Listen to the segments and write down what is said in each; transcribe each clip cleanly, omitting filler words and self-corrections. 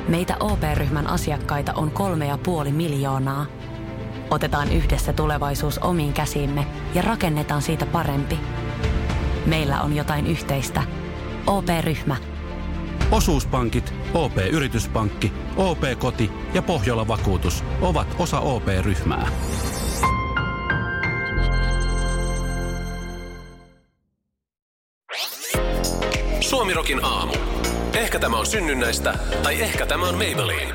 Meitä OP-ryhmän asiakkaita on 3,5 miljoonaa. Otetaan yhdessä tulevaisuus omiin käsiimme ja rakennetaan siitä parempi. Meillä on jotain yhteistä. OP-ryhmä. Osuuspankit, OP-yrityspankki, OP-koti ja Pohjola-vakuutus ovat osa OP-ryhmää. Suomirokin aamu. Ehkä tämä on synnynnäistä, tai ehkä tämä on Maybelline.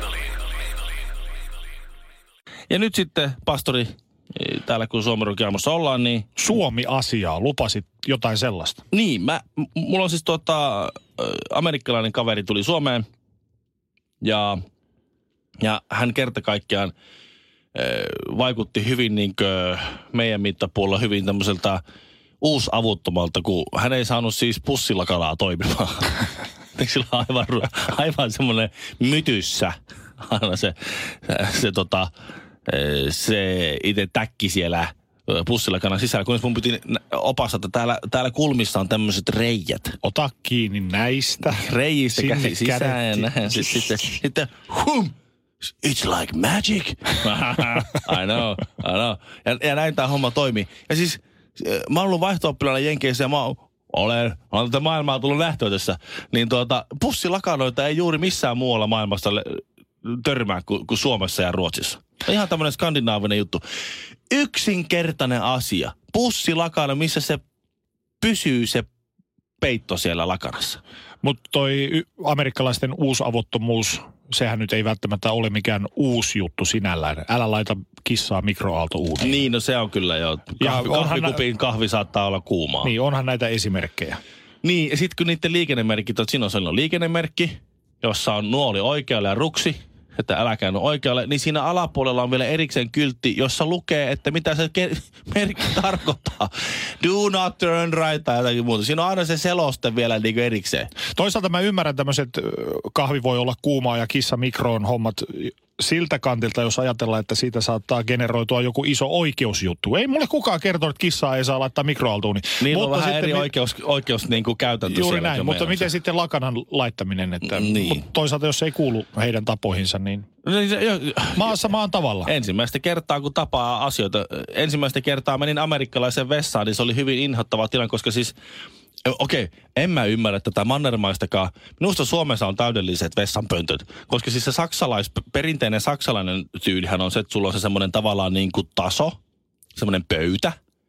Ja nyt sitten, pastori, täällä kun Suomirokin aamussa ollaan, niin... Suomi-asiaa, lupasit jotain sellaista. Niin, mulla on siis amerikkalainen kaveri tuli Suomeen, ja hän kerta kaikkiaan vaikutti hyvin meidän mittapuolella hyvin tämmöiseltä uusavuttomalta, kun hän ei saanut siis pussilla kalaa toimimaan. Eikö sillä aivan semmoinen mytyssä aina se itse täkki siellä pussilla kanan sisällä, kunnes mun piti opastaa, että täällä kulmissa on tämmöiset reijät. Ota kiinni näistä. Reijistä käsi sisään ja näin. Sitten it's like magic. I know. Ja näin tää homma toimii. Ja siis mä oon ollut vaihto-oppilaana Jenkeissä ja olen tätä maailmaa tullut nähtyä tässä. Niin pussilakanoita ei juuri missään muualla maailmassa törmää kuin Suomessa ja Ruotsissa. Ihan tämmöinen skandinaavinen juttu. Yksinkertainen asia. Pussilakana, missä se pysyy se peitto siellä lakanassa. Mutta toi amerikkalaisten uusavuttomuus, sehän nyt ei välttämättä ole mikään uusi juttu sinällään. Älä laita kissaa mikroaaltouuniin. Niin, no se on kyllä jo. Kahvikupin kahvi saattaa olla kuumaa. Niin, onhan näitä esimerkkejä. Niin, ja sitten kun niiden liikennemerkit, siinä on sellainen liikennemerkki, jossa on nuoli oikealle ja ruksi, että älä käänny oikealle, niin siinä alapuolella on vielä erikseen kyltti, jossa lukee, että mitä se merkki tarkoittaa. Do not turn right tai jotakin muuta. Siinä on aina se seloste vielä niin kuin erikseen. Toisaalta mä ymmärrän tämmöiset kahvi voi olla kuumaa ja kissa mikroon hommat siltä kantilta, jos ajatellaan, että siitä saattaa generoitua joku iso oikeusjuttu. Ei mulle kukaan kertonut, että kissaa ei saa laittaa mikroaaltuun. Niin on vähän eri oikeus niin kuin käytäntö. Juuri näin, mutta miten sitten lakanan laittaminen? Että, niin. Toisaalta, jos ei kuulu heidän tapoihinsa, niin maassa maan tavalla. Ensimmäistä kertaa, kun tapaa asioita, ensimmäistä kertaa menin amerikkalaisen vessaan, niin se oli hyvin inhottava tilanne, koska siis okei, en mä ymmärrä tätä mannermaistakaan. Minusta Suomessa on täydelliset vessanpöntöt, koska siis se perinteinen saksalainen tyylihän on se, että sulla on se semmoinen tavallaan niin kuin taso, semmoinen pöytä.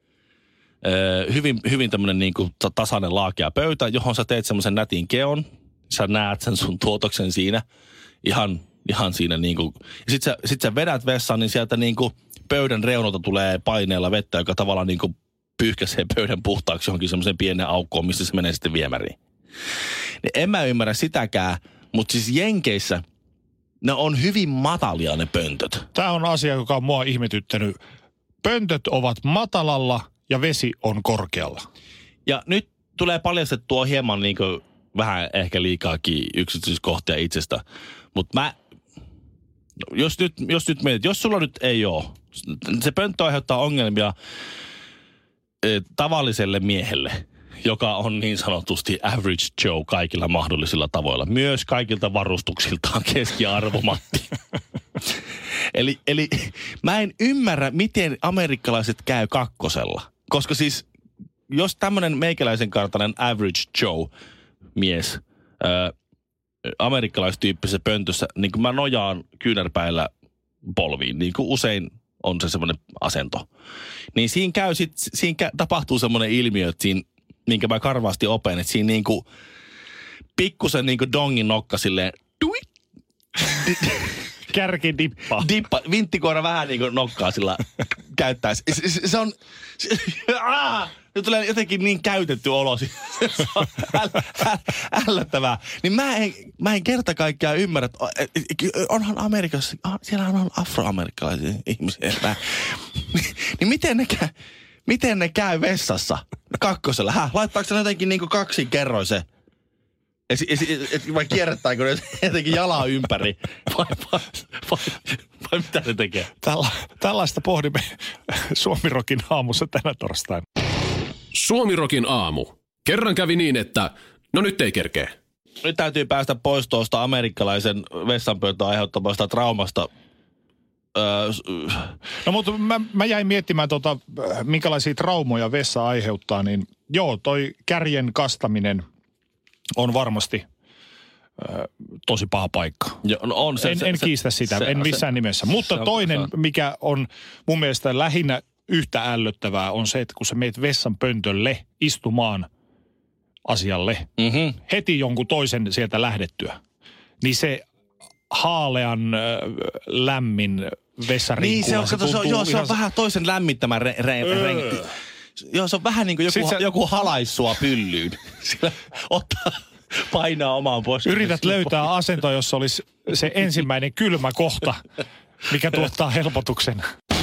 Hyvin tämmöinen niin kuin tasainen laakea pöytä, johon sä teet semmoisen nätin keon. Sä näet sen sun tuotoksen siinä, ihan siinä niin kuin. Ja sit sä vedät vessaan, niin sieltä niin kuin pöydän reunalta tulee paineella vettä, joka tavallaan niin kuin pyyhkäisee pöydän puhtaaksi johonkin semmoisen pienen aukkoon, missä se menee sitten viemäriin. Niin en mä ymmärrä sitäkään, mutta siis Jenkeissä ne on hyvin matalia ne pöntöt. Tämä on asia, joka on mua ihmetyttänyt. Pöntöt ovat matalalla ja vesi on korkealla. Ja nyt tulee paljastettua hieman niin kuin vähän ehkä liikaakin yksityiskohtia itsestä. Mutta jos nyt mietit, jos sulla nyt ei ole, se pönttö aiheuttaa ongelmia tavalliselle miehelle, joka on niin sanotusti average Joe kaikilla mahdollisilla tavoilla. Myös kaikilta varustuksiltaan keskiarvomatti. eli mä en ymmärrä, miten amerikkalaiset käy kakkosella. Koska siis, jos tämmönen meikäläisen kartainen average Joe mies amerikkalaistyyppisessä pöntössä, niin kuin mä nojaan kyynärpäillä polviin, niin kuin usein on se semmoinen asento. Niin siinä tapahtuu semmoinen ilmiö, että siinä, minkä mä karvaasti opin, että siinä niinku pikkusen niinku dongin nokka silleen kärki dippaa. Vinttikoira vähän niinku nokkaa sillä käyttäisi. Se on se tulee jotenkin niin käytetty olo. Se on ällöttävää. Niin mä en kerta kaikkiaan ymmärrä, että onhan Amerikassa, siellä on afroamerikkalaisia ihmisiä. Niin miten ne käy vessassa kakkosella? Laittaako se jotenkin niinku kaksin kerroin se? Vai kierrättääkö ne jotenkin jalaa ympäri? Vai mitä ne tekee? Tällaista pohdimme Suomirokin aamussa tänä torstaina. Suomirokin aamu. Kerran kävi niin, että no nyt ei kerkeä. nyt täytyy päästä pois tuosta amerikkalaisen vessanpöytään aiheuttamasta traumasta. No mutta mä jäin miettimään minkälaisia traumoja vessa aiheuttaa, niin joo, toi kärjen kastaminen on varmasti tosi paha paikka. Jo, no on se, en kiistä sitä, en missään nimessä. Mutta toinen, mikä on mun mielestä lähinnä yhtä ällöttävää, on se, että kun sä meet vessan pöntölle istumaan asialle, heti jonkun toisen sieltä lähdettyä, niin se haalean lämmin vessarinkula. Niin se on vähän toisen lämmittämän Joo, se on vähän niin kuin joku halaissua pyllyyn. Sillä painaa omaan postiin. Yrität löytää asento, jossa olisi se ensimmäinen kylmä kohta, mikä tuottaa helpotuksen.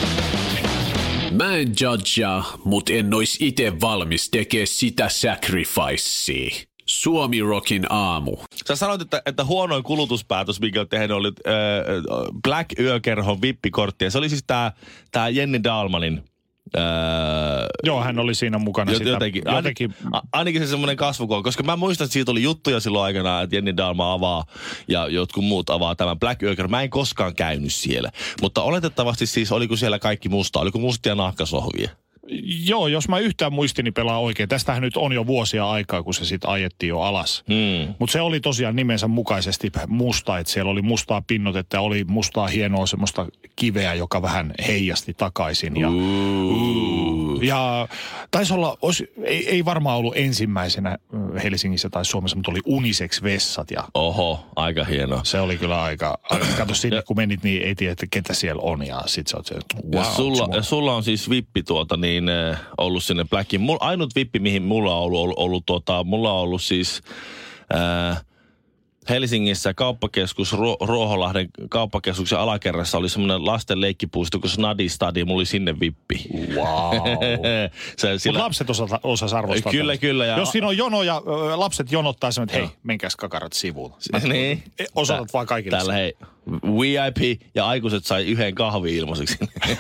Mä en judgea, mut en ois ite valmis tekee sitä sacrificea. Suomi Rockin aamu. Sä sanoit, että huonoin kulutuspäätös, minkä olet tehnyt, oli Black Yökerhon vippikortti. Ja se oli siis tää Jenni Dahlmanin. Joo, hän oli siinä mukana jotenkin. Ainakin se semmoinen kasvukoon, koska mä muistan, että siitä oli juttuja silloin aikanaan, että Jenni Dahlman avaa ja jotkut muut avaa tämän Black Yökerhon. Mä en koskaan käynyt siellä, mutta oletettavasti siis oliko siellä kaikki mustaa, oliko mustia nahkasohvia? Joo, jos mä yhtään muistini pelaa oikein. Tästähän nyt on jo vuosia aikaa, kun se sitten ajettiin jo alas. Mutta se oli tosiaan nimensä mukaisesti musta, että siellä oli mustaa pinnotetta ja oli mustaa hienoa semmoista kiveä, joka vähän heijasti takaisin. Ja taisi olla, ei varmaan ollut ensimmäisenä Helsingissä tai Suomessa, mutta oli unisex-vessat. Ja oho, aika hieno. Se oli kyllä aika kato sinne kun menit, niin ei tiedä, että ketä siellä on. Ja sit sä oot se, wow. Ja sulla on siis vippi ollut sinne Blackiin. Ainut vippi, mihin mulla on mulla on ollut siis Helsingissä kauppakeskus, Ruoholahden kauppakeskuksen alakerrassa oli semmoinen lasten leikkipuisto, kun Snadi Stadi, mulla oli sinne vippi. Wow. Mutta lapset osas arvostaa. Kyllä. Jos siinä on jono ja lapset jonottaa sen, että hei, menkäs kakarat sivuun. Niin. Osoitat vaan kaikille. Täällä hei, VIP ja aikuiset sai yhden kahvin ilmaiseksi.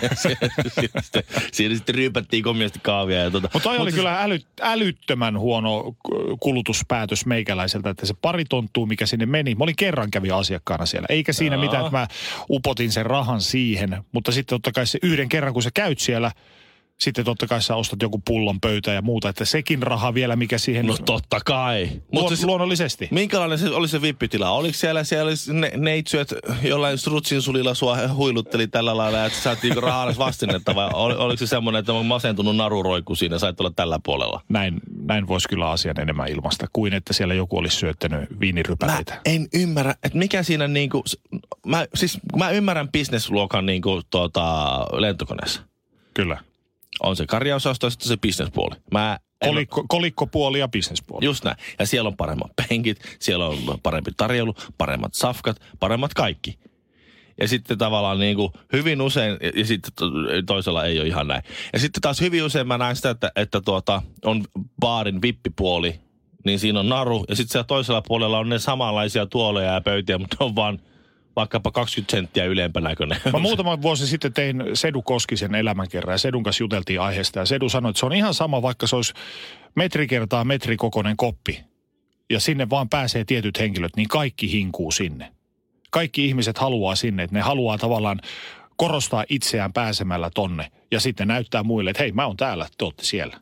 Siinä sitten ryypättiin komiasti kahvia. Mutta toi oli kyllä älyttömän huono kulutuspäätös meikäläiseltä, että se pari tonttua, mikä sinne meni. Mä olin kerran kävin asiakkaana siellä. Eikä siinä mitään, että mä upotin sen rahan siihen. Mutta sitten totta kai se yhden kerran, kun sä käyt siellä, sitten totta kai sä ostat joku pullon pöytä ja muuta. Että sekin raha vielä, mikä siihen... No totta kai. Luonnollisesti. Minkälainen se oli se vippitila? Oliko siellä neitsyöt jollain strutsin sulilla sua huilutteli tällä lailla, että sä saat rahaa vastinetta? Vai oliko se semmoinen, että on masentunut naruroikku siinä, sait olla tällä puolella? Näin voisi kyllä asian enemmän ilmaista, kuin että siellä joku olisi syöttänyt viinirypäleitä. Mä en ymmärrä, että mikä siinä niinku... Mä ymmärrän businessluokan niinku lentokoneessa. Kyllä. On se karjaosasto ja sitten se bisnespuoli. Kolikkopuoli ja bisnespuoli. Just näin. Ja siellä on paremmat penkit, siellä on parempi tarjoulu, paremmat safkat, paremmat kaikki. Ja sitten tavallaan niin kuin hyvin usein, ja sitten toisella ei ole ihan näin. Ja sitten taas hyvin usein mä näen sitä, että on baarin vippipuoli, niin siinä on naru. Ja sitten siellä toisella puolella on ne samanlaisia tuoleja ja pöytiä, mutta on vaan vaikkapa 20 senttiä ylempänäköinen. Mä muutama vuosi sitten tein Sedu Koskisen elämänkerran ja Sedun kanssa juteltiin aiheesta. Ja Sedu sanoi, että se on ihan sama, vaikka se olisi metri kertaa metri kokoinen koppi. Ja sinne vaan pääsee tietyt henkilöt, niin kaikki hinkuu sinne. Kaikki ihmiset haluaa sinne, että ne haluaa tavallaan korostaa itseään pääsemällä tonne. Ja sitten näyttää muille, että hei, mä oon täällä, te ootte siellä.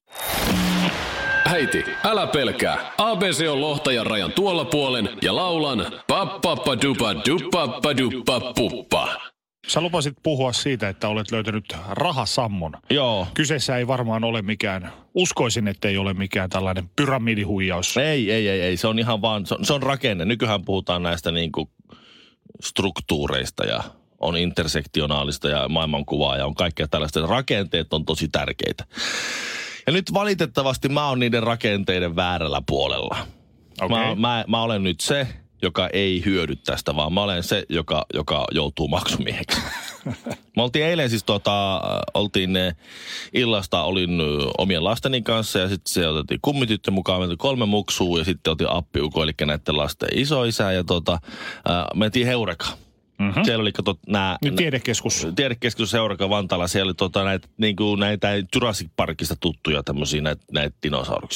Äiti, älä pelkää. ABC on lohtajan rajan tuolla puolen ja laulan pappappadupadupappadupapuppa. Sä lupasit puhua siitä, että olet löytänyt rahasammon. Joo. Kyseessä ei varmaan ole mikään, uskoisin, että ei ole mikään tällainen pyramidihuijaus. Ei. Se on ihan vaan, se on rakenne. Nykyään puhutaan näistä niinku struktuureista ja on intersektionaalista ja maailmankuvaa ja on kaikkea tällaista. Rakenteet on tosi tärkeitä. Ja nyt valitettavasti mä oon niiden rakenteiden väärällä puolella. Okay. Mä olen nyt se, joka ei hyödy tästä, vaan mä olen se, joka joutuu maksumieheksi. Me oltiin eilen siis illasta olin omien lasteni kanssa ja sitten se otettiin kummityttö mukaan, mentiin 3 muksua ja sitten otin appiuko, eli näiden lasten isoisä ja mentiin Heurekaan. Mm-hmm. Siellä oli tiedekeskus Heureka Vantaalla. Siellä oli näitä Jurassic Parkista tuttuja tämmöisiä näitä dinosauruksia.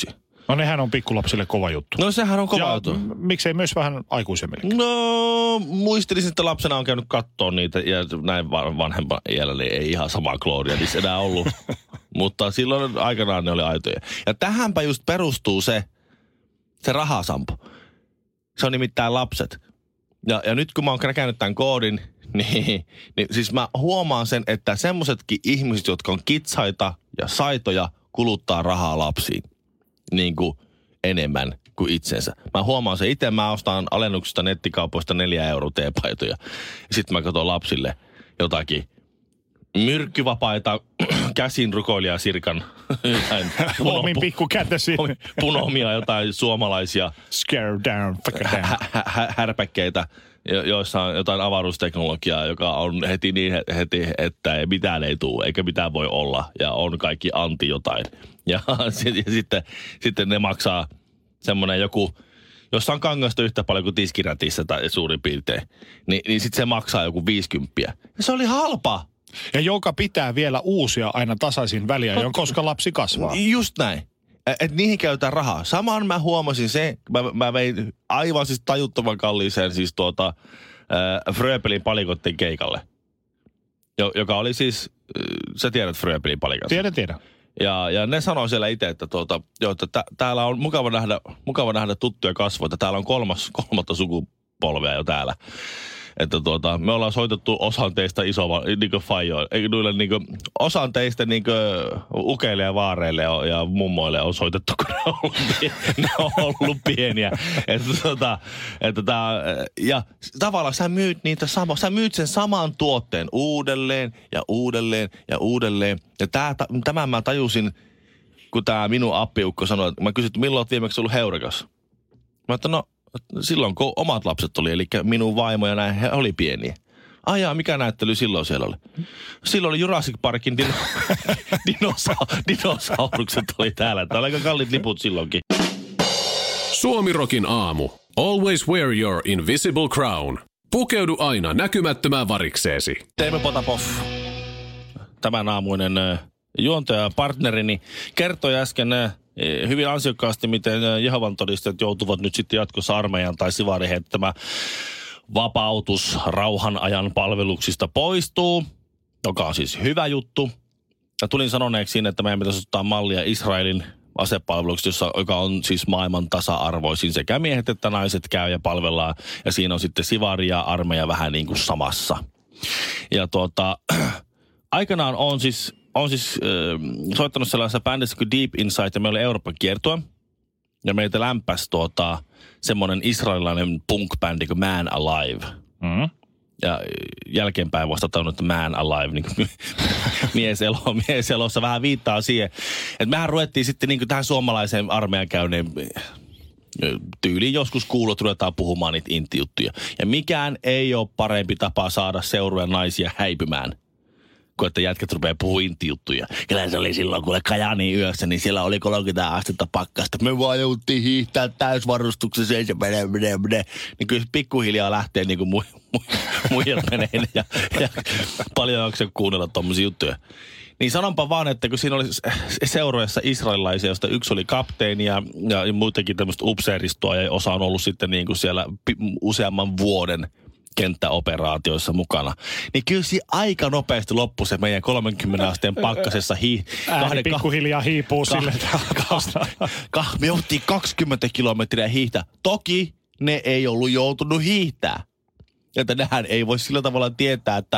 No nehän on pikkulapsille kova juttu. No sehän on kova juttu. Miksei myös vähän aikuisemmillekin? No muistelisin, että lapsena on käynyt katsoa niitä ja näin vanhempan iällä niin ei ihan samaa klooria niissä enää ollut. Mutta silloin aikanaan ne oli aitoja. Ja tähänpä just perustuu se rahasampo. Se on nimittäin lapset. Ja nyt kun mä oon kräkännyt tämän koodin, niin siis mä huomaan sen, että semmoisetkin ihmiset, jotka on kitsaita ja saitoja, kuluttaa rahaa lapsiin niin kuin enemmän kuin itsensä. Mä huomaan sen itse, mä ostan alennuksesta nettikaupoista 4 € teepaitoja. Ja sitten mä katson lapsille jotakin myrkkyvapaita käsin rukoilija sirkan Omin pikkukätesi. Punomia jotain suomalaisia scare down, härpäkkeitä, joissa on jotain avaruusteknologiaa, joka on heti, että mitään ei tule, eikä mitään voi olla, ja on kaikki anti jotain. Ja sitten ne maksaa semmoinen joku, jossa on kangasta yhtä paljon kuin tiskirätissä tai suurin piirtein, niin sitten se maksaa joku 50. Ja se oli halpa. Ja joka pitää vielä uusia aina tasaisin väliä, koska lapsi kasvaa. Just näin. Että niihin käytetään rahaa. Samaan mä huomasin se, mä vein aivan siis tajuttoman kalliiseen siis Fröbelin palikotten keikalle. Joka oli siis, sä tiedät Fröbelin palikat? Tiedän. Ja ne sanoi siellä itse, että täällä on mukava nähdä tuttuja kasvoja. Täällä on kolmatta sukupolvea jo täällä. Että me ollaan soitettu osan teistä niinku fajoille, niinku osan teistä niinku ukeille ja vaareille ja mummoille on soitettu, kun ne on ollut pieniä. Ja tavallaan sä myyt sä myyt sen saman tuotteen uudelleen ja uudelleen ja uudelleen. Ja tämän mä tajusin, kun tää minun appiukko sanoi, että mä kysyin, että milloin olet viimeksi ollut heurakas? Mä että silloin kun omat lapset oli, eli minun vaimo ja näin, he oli pieniä. Mikä näyttely silloin siellä oli? Silloin oli Jurassic Parkin dinosaurukset oli täällä. Tämä oli aika kalliit liput silloinkin. Suomi-rokin aamu. Always wear your invisible crown. Pukeudu aina näkymättömään varikseesi. Teemme Potapov. Tämän aamuinen juontajapartnerini kertoi äsken hyvin ansiokkaasti, miten Jehovan todistajat joutuvat nyt sitten jatkossa armeijan tai sivaariin, että tämä vapautus rauhan ajan palveluksista poistuu, joka on siis hyvä juttu. Ja tulin sanoneeksi siinä, että meidän pitäisi ottaa mallia Israelin asepalveluksesta, joka on siis maailman tasa-arvoisin. Sekä miehet että naiset käy ja palvellaan. Ja siinä on sitten sivari ja armeija vähän niin kuin samassa. Ja aikanaan on siis soittanut sellaisessa bändissä kuin Deep Insight, ja meillä oli Euroopan kiertue. Ja meitä lämpäsi semmoinen israelilainen punk-bändi kuin Man Alive. Mm. Ja jälkeenpäin voisi tajunnut, että Man Alive, niin kuin mieselossa vähän viittaa siihen. Että mehän ruvettiin sitten niin kuin tähän suomalaiseen armeijan käyneen tyyliin joskus kuullut, ruvetaan puhumaan niitä intti-juttuja. Ja mikään ei ole parempi tapa saada seuruja naisia häipymään, kun että jätkät rupeaa puhua intti-juttuja. Kyllä se oli silloin, kun Kajaniin yössä, niin siellä oli 30 astetta pakkasta. Me vaan jouttiin hiihtää täysvarustuksessa, ei se mene. Niin kyllä pikkuhiljaa lähtee niin kuin muijat menee ja paljon jaksaa kuunnella tommosia juttuja. Niin sanonpa vaan, että kun siinä oli seuroissa israelilaisia, josta yksi oli kapteeni ja muitakin tämmöistä upseeristoa ja osa on ollut sitten niin kuin siellä useamman vuoden kenttäoperaatioissa mukana. Niin kyllä siinä aika nopeasti loppui se meidän 30 asteen pakkasessa ääni pikkuhiljaa hiipuu sille. Me jouttiin 20 kilometriä hiihtää. Toki ne ei ollut joutunut hiihtää. Että nehän ei voi sillä tavalla tietää, että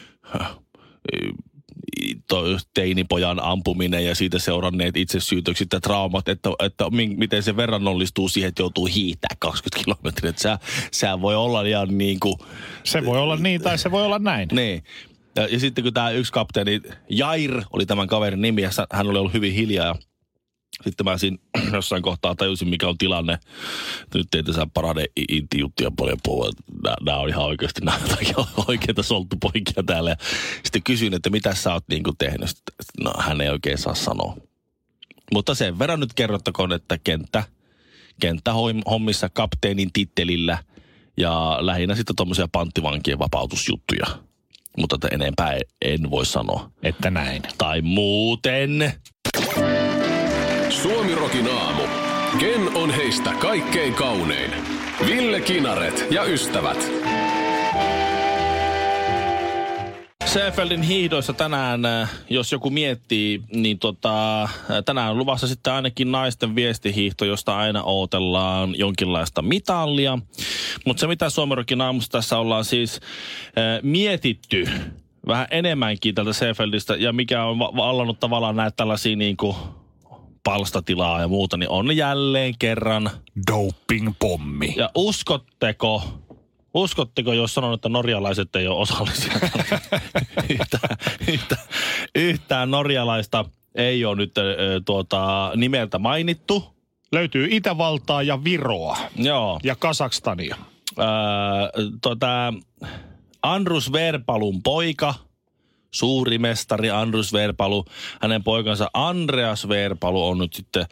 teinipojan ampuminen ja siitä seuranneet itsesyytökset ja traumat, että miten se verrannollistuu siihen, että joutuu hiihtää 20 kilometriä. Sehän voi olla ihan niin kuin... Se voi olla niin tai se voi olla näin. Niin. Ja sitten kun tämä yksi kapteeni, Jair oli tämän kaverin nimi, ja hän oli ollut hyvin hiljaa. Sitten mä siinä jossain kohtaa tajusin, mikä on tilanne. Nyt ei tässä parade inti-juttuja paljon puhua. Nämä on ihan oikeasti oikeita soltupoikia täällä. Ja sitten kysyin, että mitä sä oot niin kuin tehnyt. No hän ei oikein saa sanoa. Mutta sen verran nyt kerrottakoon, että kenttähommissa kapteenin tittelillä ja lähinnä sitten tommosia panttivankien vapautusjuttuja. Mutta enempää en voi sanoa. Että näin. Tai muuten... Suomi-rokin aamu. Ken on heistä kaikkein kaunein? Ville Kinaret ja ystävät. Seefeldin hiihdoissa tänään, jos joku miettii, niin tänään on luvassa sitten ainakin naisten viestihiihto, josta aina odotellaan jonkinlaista mitallia. Mutta se, mitä Suomi Rockin aamussa tässä ollaan siis mietitty vähän enemmänkin tältä Seefeldistä, ja mikä on vallannut tavallaan näitä tällaisia niinku palstatilaa ja muuta, niin on jälleen kerran doping-pommi. Ja uskotteko, jos sanon, että norjalaiset ei ole osallisia? Yhtään norjalaista ei ole nyt nimeltä mainittu. Löytyy Itävaltaa ja Viroa. Joo. Ja Kazakstania. Andrus Veerpalun poika, suuri mestari Andrus Veerpalu, hänen poikansa Andreas Veerpalu on nyt sitten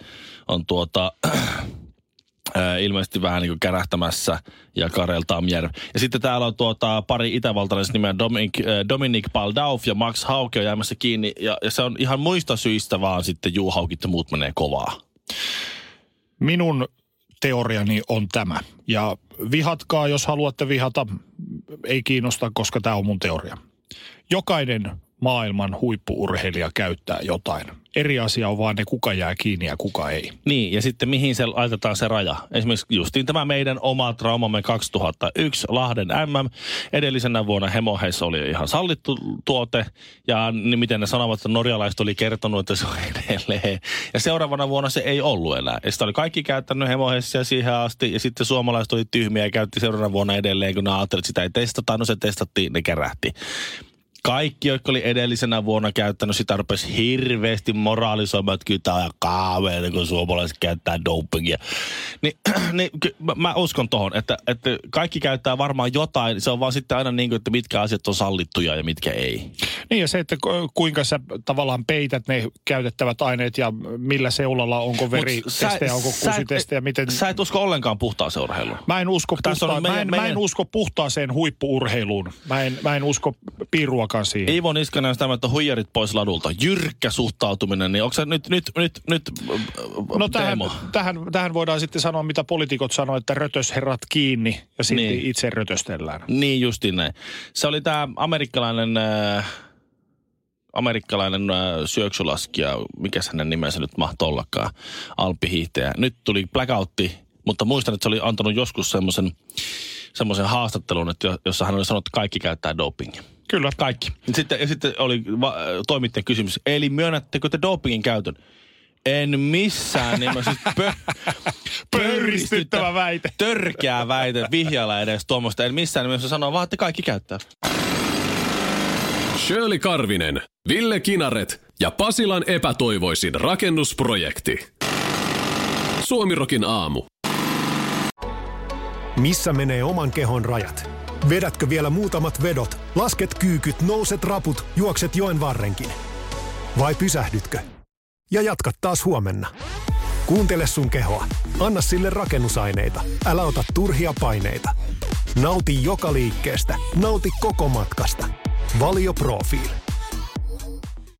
ilmeisesti vähän niin kuin kärähtämässä, ja Karel Tamjärv. Ja sitten täällä on pari itävaltalaisista nimeä Dominic Baldauf ja Max Hauke on jäämässä kiinni, ja se on ihan muista syistä vaan sitten Juhaukit ja muut menee kovaa. Minun teoriani on tämä, ja vihatkaa, jos haluatte vihata, ei kiinnosta, koska tämä on mun teoria. Jokainen maailman huippu-urheilija käyttää jotain. Eri asia on vaan ne, kuka jää kiinni ja kuka ei. Niin, ja sitten mihin se laitetaan se raja. Esimerkiksi justiin tämä meidän oma traumamme 2001 Lahden MM. Edellisenä vuonna hemoheissa oli ihan sallittu tuote. Ja miten ne sanovat, että norjalaiset oli kertonut, että se on edelleen. Ja seuraavana vuonna se ei ollut enää. Ja sitä oli kaikki käyttänyt hemoheissa siihen asti. Ja sitten suomalaiset oli tyhmiä ja käytti seuraavana vuonna edelleen, kun ne ajattelivat, että sitä ei testata. No se testattiin, ne kärähti. Kaikki, jotka oli edellisenä vuonna käyttänyt, sitä rupesi hirveästi moraalisoimaan, että kyllä tämä on ihan kaaveita, kun suomalaiset käyttää dopingia. Niin mä uskon tohon, että kaikki käyttää varmaan jotain. Se on vaan sitten aina niin kuin, että mitkä asiat on sallittuja ja mitkä ei. Niin, ja se, että kuinka sä tavallaan peität ne käytettävät aineet ja millä seulalla, onko veritestejä, onko kusitestejä, miten... Sä et usko ollenkaan puhtaaseen urheiluun. Mä en usko puhtaaseen huippu-urheiluun. Mä en usko piiruakaan siihen. Iivo Niskanen on sitä, että huijarit pois ladulta. Jyrkkä suhtautuminen, niin onko se nyt no tähän voidaan sitten sanoa, mitä poliitikot sanoo, että rötösherrat kiinni ja silti niin itse rötöstellään. Niin justiin näin. Se oli tämä amerikkalainen syöksylaskija, mikä hänen nimensä nyt mahtoi ollakaan, alppihiihtäjä. Nyt tuli blackoutti, mutta muistan, että se oli antanut joskus semmoisen haastattelun, että jossa hän oli sanonut, että kaikki käyttää dopingia. Kyllä. Kaikki. Sitten oli toimittajan kysymys, eli myönnättekö te dopingin käytön? En missään nimessä. Pöyristyttävä väite. Törkeä väite, vihjailla edes tuommoista. En missään nimessä sanoa, vaan että kaikki käyttää. Shirley Karvinen, Ville Kinaret ja Pasilan epätoivoisin rakennusprojekti. Suomi Rockin aamu. Missä menee oman kehon rajat? Vedätkö vielä muutamat vedot, lasket kyykyt, nouset raput, juokset joen varrenkin? Vai pysähdytkö? Ja jatkat taas huomenna. Kuuntele sun kehoa. Anna sille rakennusaineita. Älä ota turhia paineita. Nauti joka liikkeestä. Nauti koko matkasta. Valio Profiil.